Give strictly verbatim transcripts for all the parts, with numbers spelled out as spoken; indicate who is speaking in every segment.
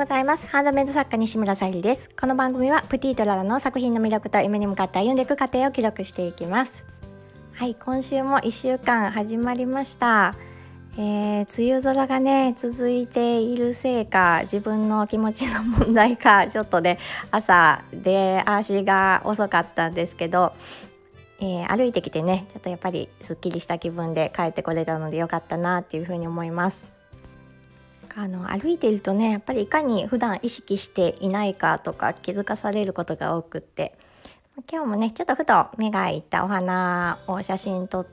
Speaker 1: ございます。ハンドメイド作家西村さゆりです。この番組はプティとララの作品の魅力と夢に向かって歩んでいく過程を記録していきます。はい、今週もいっしゅうかん始まりました。えー、梅雨空がね続いているせいか、自分の気持ちの問題か、ちょっとね朝で足が遅かったんですけど、えー、歩いてきてねちょっとやっぱりすっきりした気分で帰ってこれたのでよかったなっていうふうに思います。あの歩いているとね、やっぱりいかに普段意識していないかとか気づかされることが多くって、今日もねちょっとふと目がいったお花を写真撮って、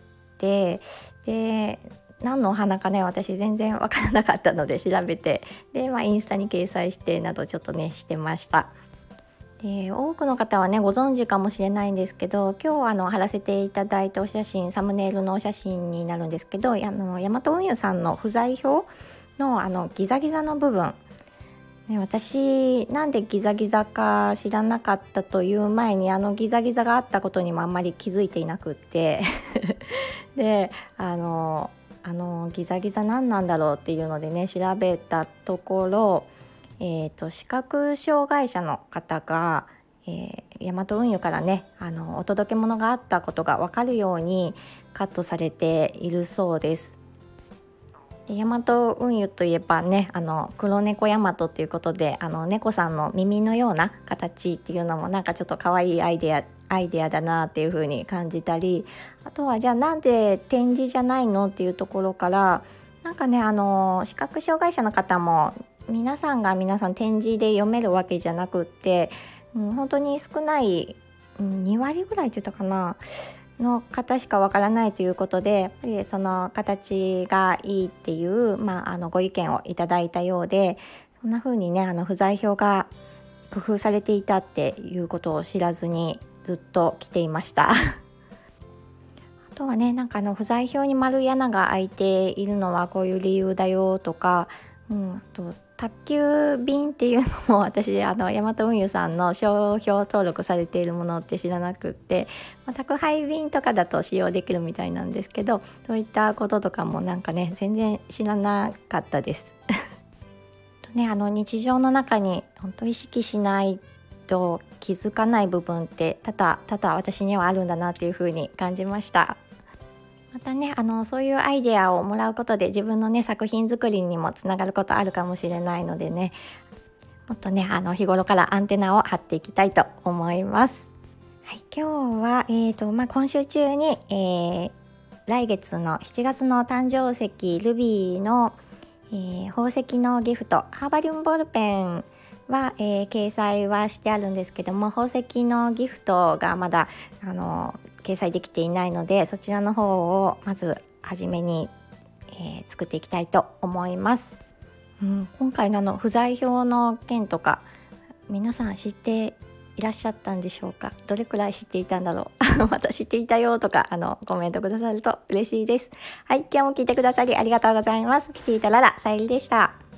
Speaker 1: で何のお花かね私全然わからなかったので調べて、で、まあ、インスタに掲載してなどちょっとねしてました。で多くの方はねご存知かもしれないんですけど、今日あの貼らせていただいたお写真、サムネイルのお写真になるんですけど、あの大和運輸さんの不在表のあのギザギザの部分、ね、私なんでギザギザか知らなかったという前に、あのギザギザがあったことにもあんまり気づいていなくってであのあのギザギザ何なんだろうっていうのでね調べたところ、えーと、視覚障害者の方が、えー、大和運輸からねあのお届け物があったことが分かるようにカットされているそうです。大和運輸といえばね、あの黒猫大和ということで、あの猫さんの耳のような形っていうのもなんかちょっと可愛いアイデアアイデアだなっていう風に感じたり、あとはじゃあなんで展示じゃないのっていうところから、なんかねあの視覚障害者の方も皆さんが皆さん展示で読めるわけじゃなくって、うん、本当に少ない、うん、にわりぐらいって言ったかなの方しかわからないということで、やっぱりその形がいいっていう、まあ、あのご意見をいただいたようで、そんな風にねあの不在表が工夫されていたっていうことを知らずにずっと来ていましたあとはねなんかあの不在表に丸い穴が開いているのはこういう理由だよとか、うん、あと宅急便っていうのも私あの大和運輸さんの商標登録されているものって知らなくって、まあ、宅配便とかだと使用できるみたいなんですけど、そういったこととかもなんかね全然知らなかったですとね、あの日常の中に本当意識しないと気づかない部分って多々多々私にはあるんだなっていう風に感じました。またねあのそういうアイデアをもらうことで自分のね作品作りにもつながることあるかもしれないのでね、もっとねあの日頃からアンテナを張っていきたいと思います。はい、今日は、えーとまあ、今週中に、えー、来月のしちがつの誕生石ルビーの、えー、宝石のギフトハーバリウムボールペンは、えー、掲載はしてあるんですけども、宝石のギフトがまだあの掲載できていないので、そちらの方をまず初めに、えー、作っていきたいと思います。うん、今回のあの不在表の件とか皆さん知っていらっしゃったんでしょうか。どれくらい知っていたんだろうまた知っていたよとかあのコメントくださると嬉しいです。はい、今日も聞いてくださりありがとうございます。キティとララさゆりでした。